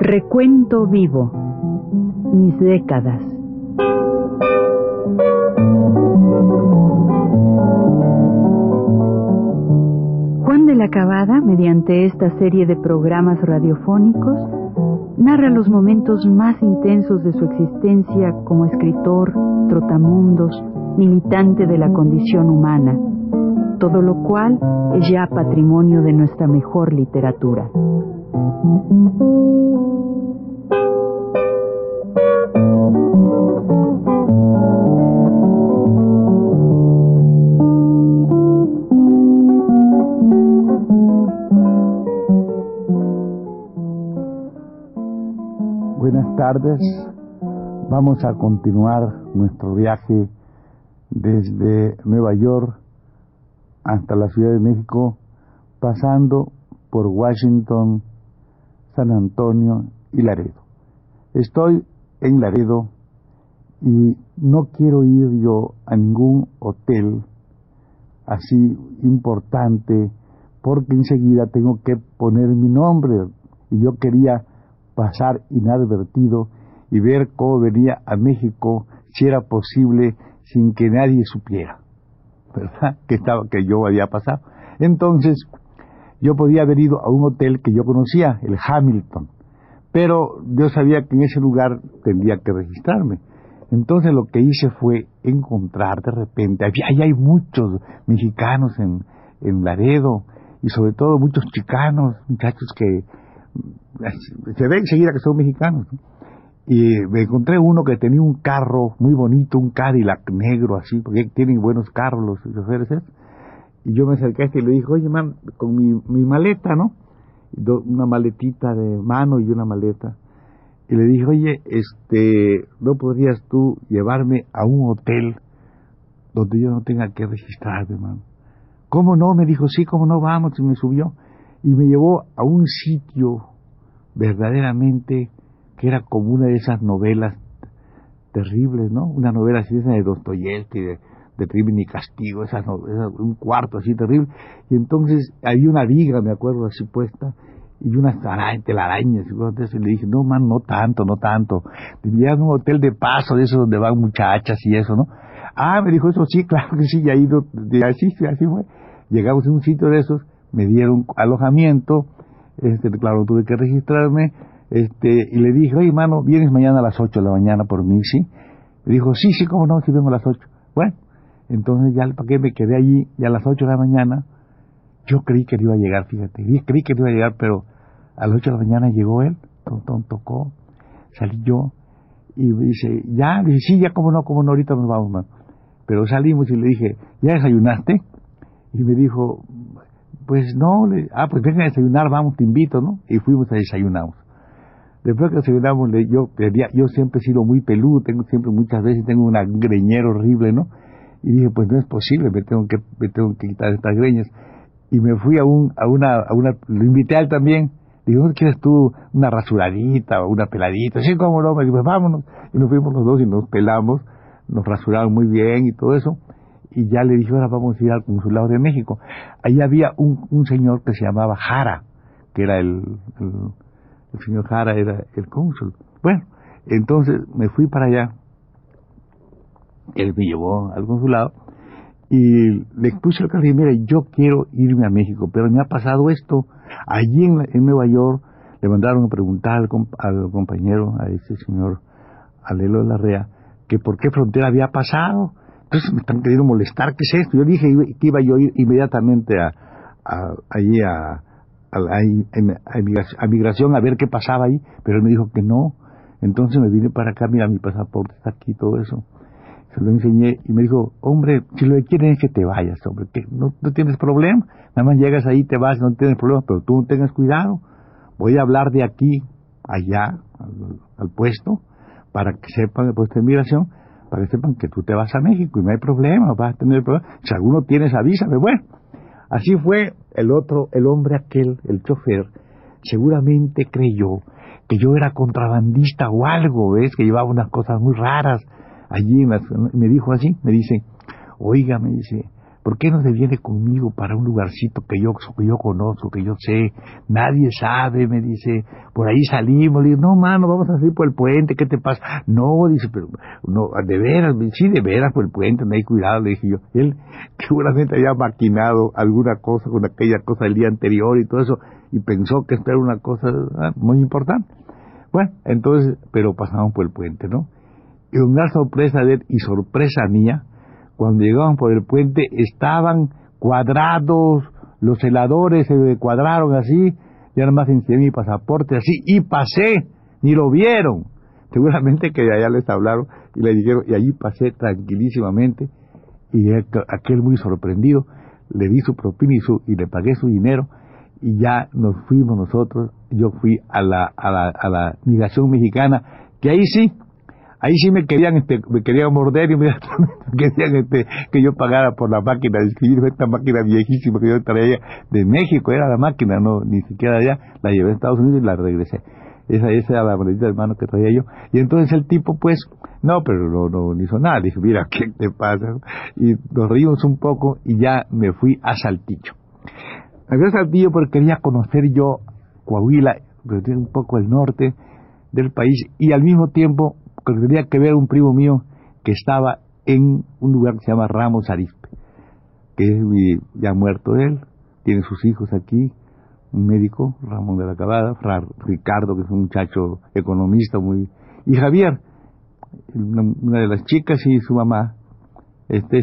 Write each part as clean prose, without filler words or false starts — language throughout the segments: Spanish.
Recuento vivo. Mis décadas. Juan de la Cabada, mediante esta serie de programas radiofónicos, narra los momentos más intensos de su existencia como escritor, trotamundos, militante de la condición humana, todo lo cual es ya patrimonio de nuestra mejor literatura. Buenas tardes, vamos a continuar nuestro viaje desde Nueva York hasta la Ciudad de México, pasando por Washington, San Antonio y Laredo. Estoy en Laredo y no quiero ir yo a ningún hotel así importante porque enseguida tengo que poner mi nombre y yo quería pasar inadvertido y ver cómo venía a México, si era posible, sin que nadie supiera, ¿verdad?, que yo había pasado. Entonces, yo podía haber ido a un hotel que yo conocía, el Hamilton, pero yo sabía que en ese lugar tendría que registrarme. Entonces lo que hice fue encontrar de repente, ahí hay muchos mexicanos en Laredo, y sobre todo muchos chicanos, muchachos que se ve enseguida que son mexicanos, ¿no? Y me encontré uno que tenía un carro muy bonito, un Cadillac negro así, porque tienen buenos carros los choferes, ¿eh? Y yo me acerqué a este y le dije, oye, man, con mi maleta, ¿no? Una maletita de mano y una maleta. Y le dije, oye, ¿no podrías tú llevarme a un hotel donde yo no tenga que registrarme, man? ¿Cómo no? Me dijo, sí, cómo no, vamos, y me subió. Y me llevó a un sitio verdaderamente que era como una de esas novelas terribles, ¿no? Una novela así de Dostoyevsky, de Crimen y Castigo, un cuarto así terrible. Y entonces había una viga, me acuerdo, así puesta, y unas telarañas, y le dije, no, man, no tanto. Vivía en un hotel de paso, de esos donde van muchachas y eso, ¿no? Ah, me dijo, eso sí, claro que sí, ya he ido, así fue. Llegamos a un sitio de esos, me dieron alojamiento, claro, tuve que registrarme, y le dije, oye, mano, ¿vienes mañana a las 8 de la mañana por mí, sí? Me dijo, sí, cómo no, sí vengo a las 8. Bueno, entonces ya para qué me quedé allí, y a las 8 de la mañana, yo creí que no iba a llegar, fíjate, creí que no iba a llegar, pero a las 8 de la mañana llegó él, tocó, salí yo, y me dice, le dije, sí, ya, cómo no, ahorita nos vamos, mano. Pero salimos y le dije, ¿ya desayunaste? Y me dijo, pues no, pues venga a desayunar, vamos, te invito, ¿no? Y fuimos a desayunamos. Después que desayunamos, yo siempre he sido muy peludo, muchas veces tengo una greñera horrible, ¿no? Y dije, pues no es posible, me tengo que quitar estas greñas. Y me fui lo invité a él también. Digo, ¿no quieres tú una rasuradita o una peladita? Sí, cómo no, me dijo, pues vámonos. Y nos fuimos los dos y nos pelamos, nos rasuraron muy bien y todo eso. Y ya le dije, ahora vamos a ir al Consulado de México. Ahí había un señor que se llamaba Jara, que era el señor Jara, era el cónsul. Bueno, entonces me fui para allá. Él me llevó al consulado y le puse el caso y dije, mira, yo quiero irme a México, pero me ha pasado esto. Allí en Nueva York le mandaron a preguntar al compañero, a ese señor Alelo Larrea, que por qué frontera había pasado. Entonces me están queriendo molestar, ¿qué es esto? Yo dije que iba yo a ir inmediatamente a migración a ver qué pasaba ahí, pero él me dijo que no. Entonces me vine para acá, mira, mi pasaporte está aquí, todo eso. Se lo enseñé y me dijo, hombre, si lo que quieren es que te vayas, hombre, que no tienes problema, nada más llegas ahí, te vas, no tienes problema, pero tú no tengas cuidado. Voy a hablar de aquí, allá, al puesto, para que sepan, el puesto de migración, para que sepan que tú te vas a México y no hay problema, vas a tener problema. Si alguno tienes, avísame. Bueno, así fue. El hombre aquel, el chofer, seguramente creyó que yo era contrabandista o algo, ¿ves? Que llevaba unas cosas muy raras allí. Me dijo así, me dice, oiga, me dice, ¿por qué no se viene conmigo para un lugarcito que yo conozco, que yo sé? Nadie sabe, me dice, por ahí salimos. Le digo, no, mano, vamos a salir por el puente, ¿qué te pasa? No, dice, pero, no, de veras, sí, de veras, por el puente, no hay cuidado, le dije yo. Él seguramente había maquinado alguna cosa con aquella cosa del día anterior y todo eso, y pensó que esto era una cosa muy importante. Bueno, entonces, pero pasamos por el puente, ¿no? Y una sorpresa de él y sorpresa mía, cuando llegaban por el puente estaban cuadrados, los celadores se cuadraron así, ya nada más enseñé mi pasaporte así, y pasé, ni lo vieron. Seguramente que de allá les hablaron y le dijeron, y allí pasé tranquilísimamente, y aquel muy sorprendido, le di su propina y le pagué su dinero, y ya nos fuimos nosotros. Yo fui a la migración mexicana, que ahí sí me querían morder inmediatamente, querían que yo pagara por la máquina de escribir, esta máquina viejísima que yo traía de México, era la máquina, no, ni siquiera allá, la llevé a Estados Unidos y la regresé. Esa era la maldita de mano que traía yo. Y entonces el tipo, pues, no, pero no hizo nada. Dije, mira, ¿qué te pasa? Y nos reímos un poco y ya me fui a Saltillo. Me fui a Saltillo porque quería conocer yo Coahuila, un poco el norte del país, y al mismo tiempo tenía que ver a un primo mío que estaba en un lugar que se llama Ramos Arizpe, que es ya muerto él, tiene sus hijos aquí, un médico, Ramón de la Cabada, Ricardo, que es un muchacho economista y Javier, una de las chicas, y su mamá. Este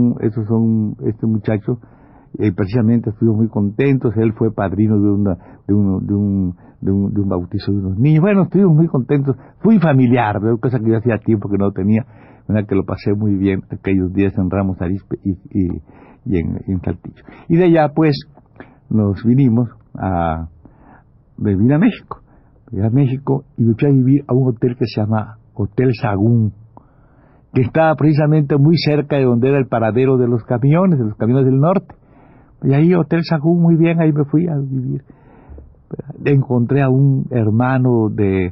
muchacho, precisamente estuvimos muy contentos. Él fue padrino de un bautizo de unos niños. Bueno, estuvimos muy contentos. Fui familiar, cosa que yo hacía tiempo que no tenía, que lo pasé muy bien aquellos días en Ramos Arizpe y en Saltillo. Y de allá, pues, nos vinimos a México. Llegué a México y me fui a vivir a un hotel que se llama Hotel Sagún, que estaba precisamente muy cerca de donde era el paradero de los camiones del norte. Y ahí, Hotel Sagún, muy bien, ahí me fui a vivir. Encontré a un hermano de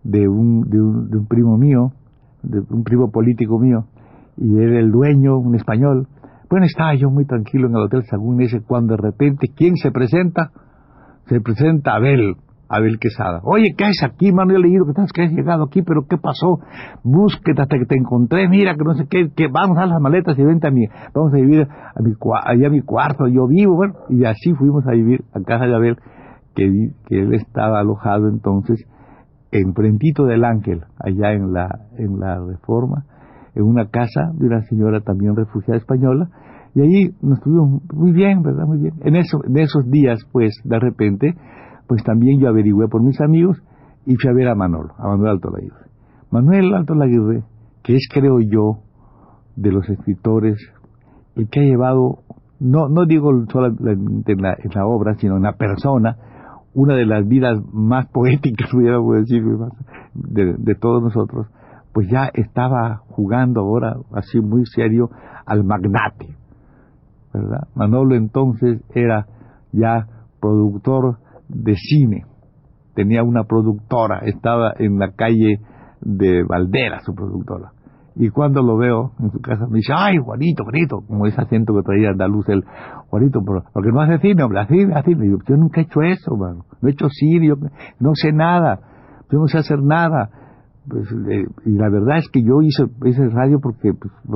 un primo mío, de un primo político mío, y era el dueño, un español. Bueno, estaba yo muy tranquilo en el Hotel Sagún ese, cuando de repente, ¿quién se presenta? Se presenta Abel Quesada. Oye, ¿qué haces aquí, mano? Yo he leído que has llegado aquí, pero ¿qué pasó? Búsquete hasta que te encontré, mira, que no sé qué, que vamos a las maletas y vente vamos a vivir allá a mi cuarto, yo vivo, bueno, y así fuimos a vivir a casa de Abel, que él estaba alojado entonces enfrentito del Ángel, allá en la Reforma, en una casa de una señora también refugiada española, y ahí nos estuvimos muy bien, ¿verdad? Muy bien. En esos días, pues, de repente, pues también yo averigüé por mis amigos y fui a ver a Manuel Alto Laguirre. Manuel Alto Laguirre, que es, creo yo, de los escritores, el que ha llevado, no digo solamente en la obra, sino en la persona, una de las vidas más poéticas, pudiéramos decir, de todos nosotros, pues ya estaba jugando ahora, así muy serio, al magnate, ¿verdad? Manolo entonces era ya productor de cine, tenía una productora, estaba en la calle de Valderas, su productora, y cuando lo veo en su casa me dice, ay, Juanito, como ese acento que traía andaluz, el Juanito, porque no hace cine, hombre, así, le digo, yo nunca he hecho eso, mano, no he hecho cine, yo no sé nada, yo no sé hacer nada. Pues, y la verdad es que yo hice radio porque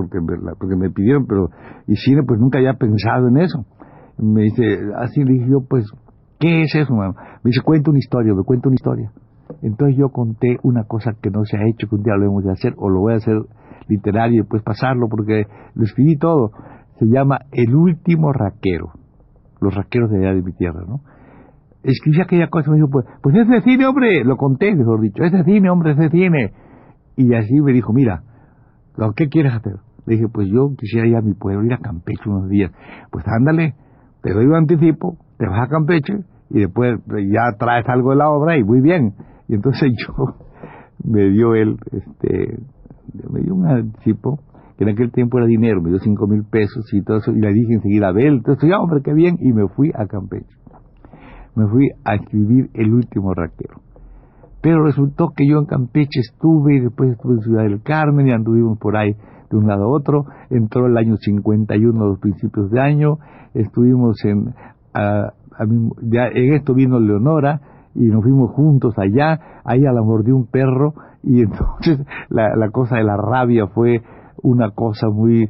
me pidieron, y cine pues nunca había pensado en eso. Me dice, así le dije yo, pues, ¿qué es eso, mano? Me dice, me cuenta una historia. Entonces yo conté una cosa que no se ha hecho, que un día lo hemos de hacer, o lo voy a hacer literario y después pasarlo, porque lo escribí todo. Se llama El último raquero, los raqueros de allá de mi tierra, ¿no? Escribí aquella cosa, me dijo, pues es de cine, hombre, lo conté, mejor dicho, es de cine, hombre, es de cine. Y así me dijo, mira, ¿qué quieres hacer? Le dije, pues yo quisiera ir a mi pueblo, ir a Campeche unos días. Pues ándale, te doy un anticipo, te vas a Campeche, y después ya traes algo de la obra, y muy bien. Y entonces me dio un anticipo, que en aquel tiempo era dinero, me dio 5,000 pesos y todo eso, y le dije enseguida, Abel, entonces, ya, hombre, qué bien, y me fui a Campeche. Me fui a escribir El último raquero. Pero resultó que yo en Campeche estuve, y después estuve en Ciudad del Carmen, y anduvimos por ahí de un lado a otro. Entró el año 51, a los principios de año, estuvimos ya en esto vino Leonora, y nos fuimos juntos allá, ahí la mordió un perro, y entonces la cosa de la rabia fue una cosa muy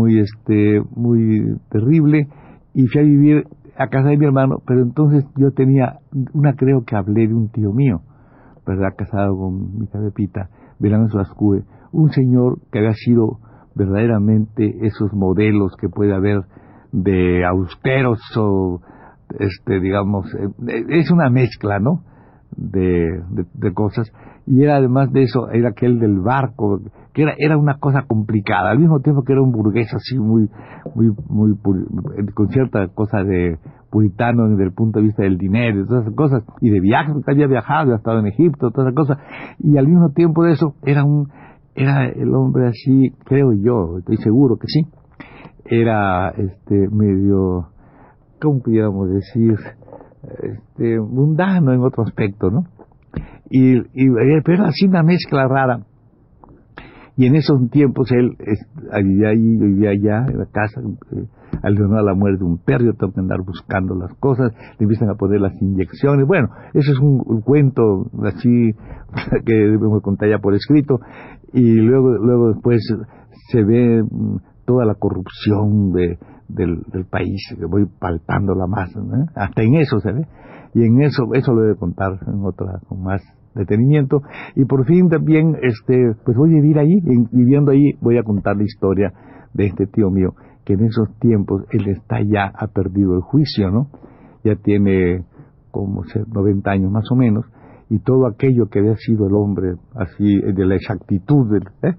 terrible, y fui a vivir a casa de mi hermano. Pero entonces yo creo que hablé de un tío mío, ¿verdad?, casado con mi tía Pepita, Belán Suazcue, un señor que había sido verdaderamente esos modelos que puede haber de austeros o digamos, es una mezcla, ¿no?, de cosas. Y era, además de eso, era aquel del barco, que era una cosa complicada, al mismo tiempo que era un burgués así muy con cierta cosa de puritano desde el punto de vista del dinero y todas esas cosas, y de viajes, porque había viajado, había estado en Egipto, todas esas cosas, y al mismo tiempo de eso era el hombre así, creo yo, estoy seguro que sí, era medio, ¿cómo pudiéramos decir?, mundano en otro aspecto, ¿no? Pero era así una mezcla rara. Y en esos tiempos él vivía ahí, yo vivía allá en la casa. Al Leonora la muerte de un perro, yo tengo que andar buscando las cosas, le empiezan a poner las inyecciones. Bueno, eso es un cuento así que debemos contar ya por escrito. Y luego después se ve toda la corrupción del país, que voy palpándola más, ¿no? Hasta en eso se ve. Y en eso lo voy a contar en otra, con más detenimiento. Y por fin también, pues voy a vivir ahí, viviendo ahí, voy a contar la historia de este tío mío, que en esos tiempos él ha perdido el juicio, ¿no? Ya tiene como 90 años más o menos, y todo aquello que había sido el hombre así, de la exactitud,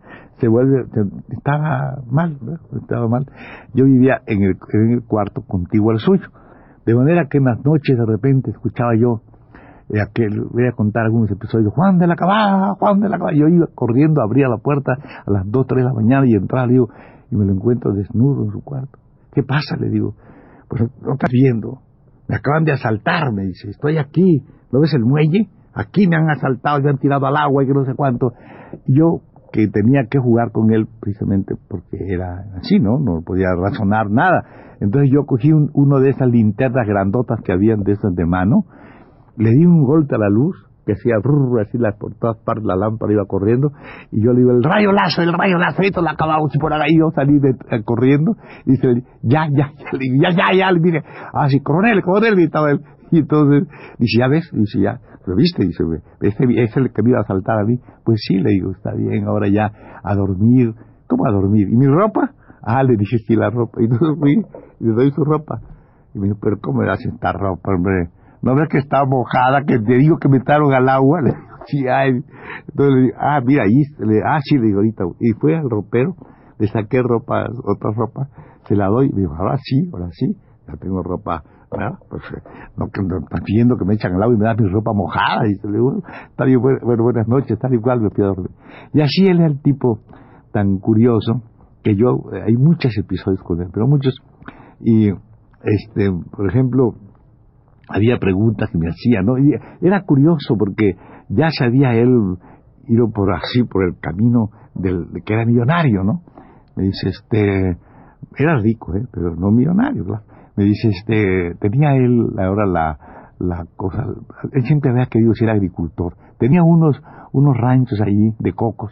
estaba mal, ¿no? Estaba mal. Yo vivía en el cuarto contiguo al suyo, de manera que en las noches de repente escuchaba yo voy a contar algunos episodios, Juan de la Cabada. Yo iba corriendo, abría la puerta a las 2, 3 de la mañana y entraba, le digo, y me lo encuentro desnudo en su cuarto. ¿Qué pasa?, le digo. Pues no estás viendo, me acaban de asaltar, me dice, estoy aquí, ¿no ves el muelle? Aquí me han asaltado, me han tirado al agua y que no sé cuánto. Y yo, que tenía que jugar con él precisamente porque era así, ¿no? No podía razonar nada. Entonces yo cogí uno de esas linternas grandotas que habían de esas de mano, le di un golpe a la luz, que hacía así por todas partes, la lámpara iba corriendo, y yo le digo, el rayo láser, esto lo acabamos por ahí. Yo salí corriendo, y dice, ya, le dije, sí, coronel, gritaba él. Y entonces, dice, ¿ya ves? Dice, ya, ¿lo viste? Dice, ¿este es el que me iba a asaltar a mí? Pues sí, le digo, está bien, ahora ya, a dormir. ¿Cómo a dormir? ¿Y mi ropa? Le dije, sí, la ropa. Y entonces fui, y le doy su ropa. Y me dijo, ¿pero cómo le hace esta ropa, hombre? ¿No ves que está mojada, que te digo que me echaron al agua? Le digo, sí, Entonces le digo, mira, ahí, sí, le digo, ahorita. Y fue al ropero, le saqué otra ropa, se la doy, y me dijo, ahora sí, ya tengo ropa, ¿verdad? Pues no estás pidiendo que me echan al agua y me das mi ropa mojada. Y le digo, está bien, bueno, buenas noches, tal y cual, me fui a dormir. Y así él es el tipo tan curioso, que hay muchos episodios con él, pero muchos, y por ejemplo, había preguntas que me hacía, ¿no? Y era curioso porque ya sabía él ido por el camino de que era millonario, ¿no? Me dice, era rico, pero no millonario, claro. Me dice, tenía él ahora la cosa, él siempre había querido ser agricultor. Tenía unos ranchos allí de cocos,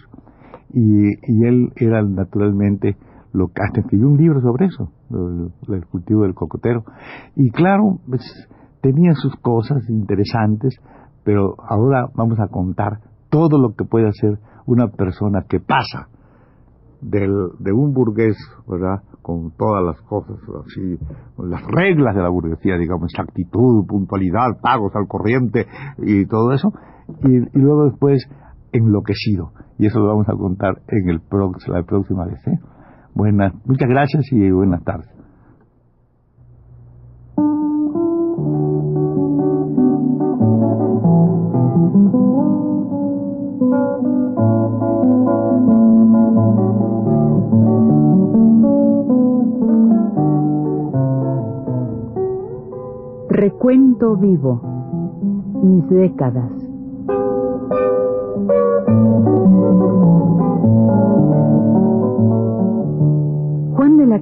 y él era naturalmente, hasta escribió un libro sobre eso, el cultivo del cocotero. Y claro, pues, tenía sus cosas interesantes, pero ahora vamos a contar todo lo que puede hacer una persona que pasa de un burgués, ¿verdad?, con todas las cosas así, las reglas de la burguesía, digamos, exactitud, puntualidad, pagos al corriente y todo eso, y luego después enloquecido. Y eso lo vamos a contar en la próxima vez, ¿eh? Muchas gracias y buenas tardes. Recuento vivo. Mis décadas.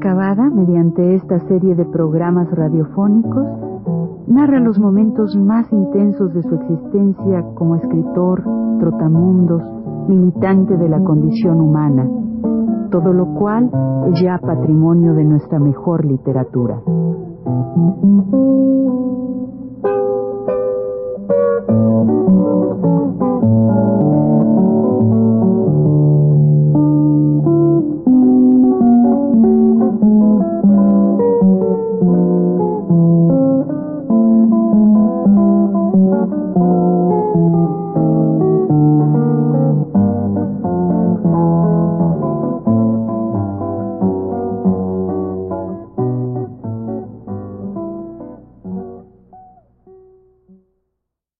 Cavada, mediante esta serie de programas radiofónicos, narra los momentos más intensos de su existencia como escritor, trotamundos, militante de la condición humana, todo lo cual es ya patrimonio de nuestra mejor literatura.